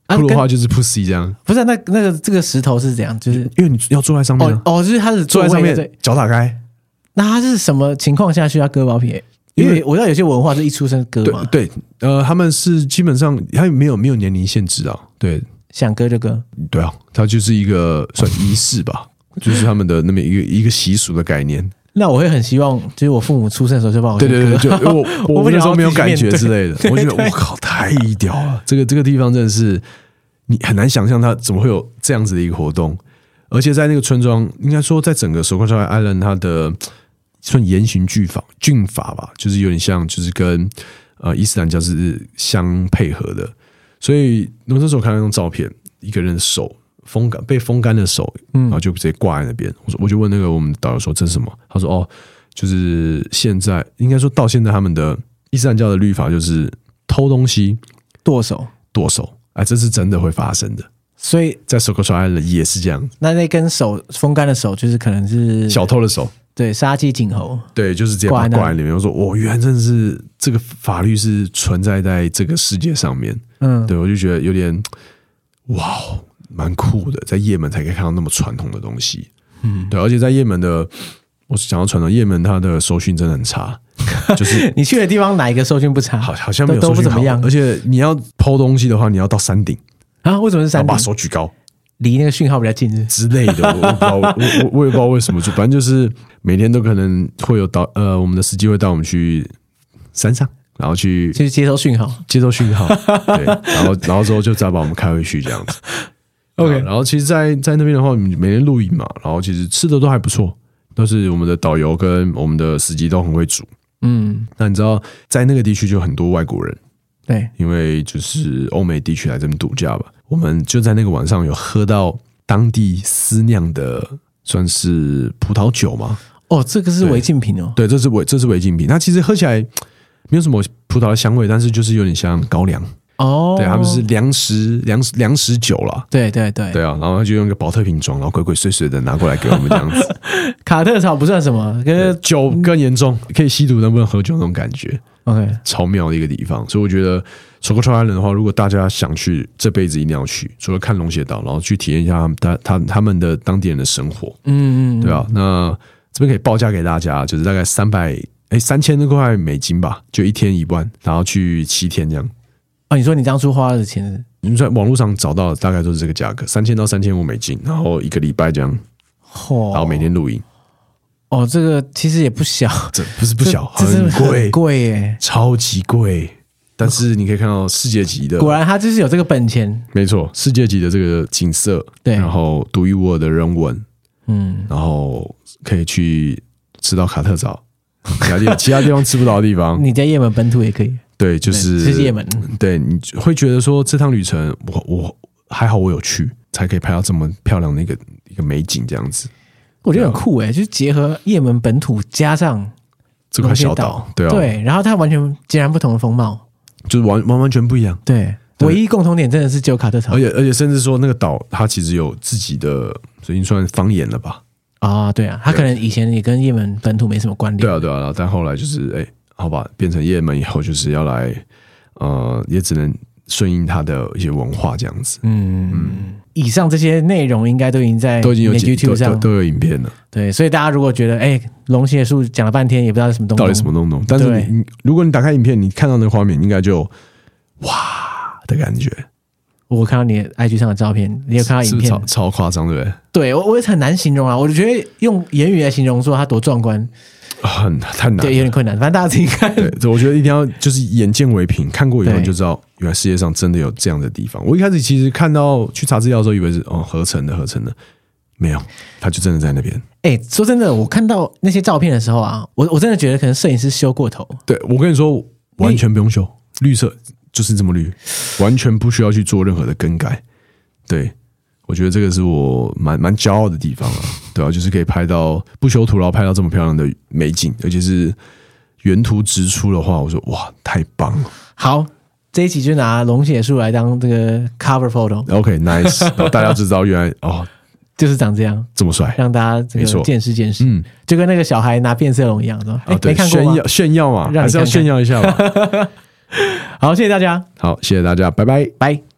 库的话就是 pussy 这样。 不是那个这个石头是怎样？就是因为你要坐在上面就是它是坐在上面，脚打开。 那它是什么情况下需要割包皮？因为我知道有些文化是一出生割嘛。 对，他们是基本上他没有年龄限制啊。对， 想割就割。对啊，它就是一个算仪式吧，就是他们的那么一个习俗的概念。 那我会很希望，就是我父母出生的时候就帮我割。 对，就我那时候没有感觉之类的，我觉得我靠太屌了，这个地方真的是你很难想象它怎么会有这样子的一个活动，而且在那个村庄，应该说在整个Socotra Island它的算严刑峻法吧，就是有点像，就是跟伊斯兰教是相配合的。所以我那时候看到那张照片，一个人的手被风干的手，然后就直接挂在那边。我就问那个我们导游说这是什么？他说哦，就是现在应该说到现在他们的伊斯兰教的律法就是偷东西剁手， 这是真的会发生的。所以在Socotra Island也是这样。 那根手风干的手就是可能是小偷的手。 对，杀鸡儆猴， 对，就是直接把它挂在里面。我说，原来真的是这个法律是存在在这个世界上面。对，我就觉得有点哇，蛮酷的，在也门才可以看到那么传统的东西。对，而且在也门的，我讲到传统，也门它的收讯真的很差，就是你去的地方哪一个收讯不差？ 好像没有都不怎么样。 而且你要抛东西的话，你要到山顶啊？为什么是山顶？ 把手举高。 离那个讯号比较近之类的，我也不知道为什么，就反正就是每天都可能会有我们的司机会带我们去山上，然后去接收讯号， 对，然后之后就再把我们开回去这样子。OK， 然后其实在那边的话，每天露营嘛，然后其实吃的都还不错，都是我们的导游跟我们的司机都很会煮。那你知道在那个地区就很多外国人。 对， 因为就是欧美地区来这边度假吧，我们就在那个晚上有喝到当地私酿的，算是葡萄酒嘛。 这个是违禁品哦。 对，这是违禁品。它其实喝起来没有什么葡萄的香味，但是就是有点像高粱。对，他们是粮食酒啦。 对啊，然后他就用一个保特瓶装，然后鬼鬼祟祟的拿过来给我们这样子。 卡特草不算什么，跟酒更严重，可以吸毒但不能喝酒那种感觉。 OK， 超妙的一个地方，所以我觉得Socotra Island的话，如果大家想去，这辈子一定要去，除了看龙血岛，然后去体验一下他们的当地人的生活，对吧？那这边可以报价给大家，就是大概3000多块美金吧，就1天1万，然后去7天这样。 你说你当初花的钱是？ 你在网络上找到的大概都是这个价格，3000到3500美金，然后1个礼拜这样，然后每天露营。 这个其实也不小， 这不是不小， 很贵耶， 超级贵。但是你可以看到世界级的， 果然他就是有这个本钱， 没错，世界级的这个景色，对，然后独一无二的人文，然后可以去吃到卡特藻，其他地方吃不到的地方， 你在也门本土也可以， 对，就是也门， 对，你会觉得说这趟旅程，我还好，我有去，才可以拍到这么漂亮的一个美景，这样子。 我觉得很酷就是结合也门本土加上这块小岛， 对，然后它完全截然不同的风貌， 就是完全不一样。 对，唯一共同点真的是只有卡特草， 而且甚至说那个岛它其实有自己的，已经算方言了吧？ 对啊，它可能以前也跟也门本土没什么关联。 对啊，但后来就是好吧，变成也门以后就是要来也只能顺应它的一些文化这样子。以上这些内容应该都已经在 YouTube 上都有影片了。 对，所以大家如果觉得龙血树讲了半天也不知道是什么东西， 到底什么东东，但是如果你打开影片，你看到那个画面，应该就哇的感觉。 我看到你的 IG 上的照片，你有看到影片， 是不是超夸张，对不对？ 对，我也很难形容啊。我就觉得用言语来形容说它多壮观， 太难了， 对，有点困难。反正大家自己看。 对，我觉得一定要就是眼见为凭，看过以后你就知道，原来世界上真的有这样的地方。我一开始其实看到去查资料的时候，以为是合成的，没有，它就真的在那边。 说真的，我看到那些照片的时候啊，我真的觉得可能摄影师修过头。 对，我跟你说，完全不用修，绿色就是这么绿，完全不需要去做任何的更改。对，我觉得这个是我蛮骄傲的地方啊，对啊，就是可以拍到不修图，然后拍到这么漂亮的美景，而且是原图直出的话，我说哇，太棒了。 好，这一集就拿龙血树来当这个 cover photo。OK，nice， 然后大家知道原来就是长这样， 这么帅， 让大家这个见识。就跟那个小孩拿变色龙一样，没看过吗？ 炫耀嘛，还是要炫耀一下吧。 好，谢谢大家。 好，谢谢大家，拜拜， 拜。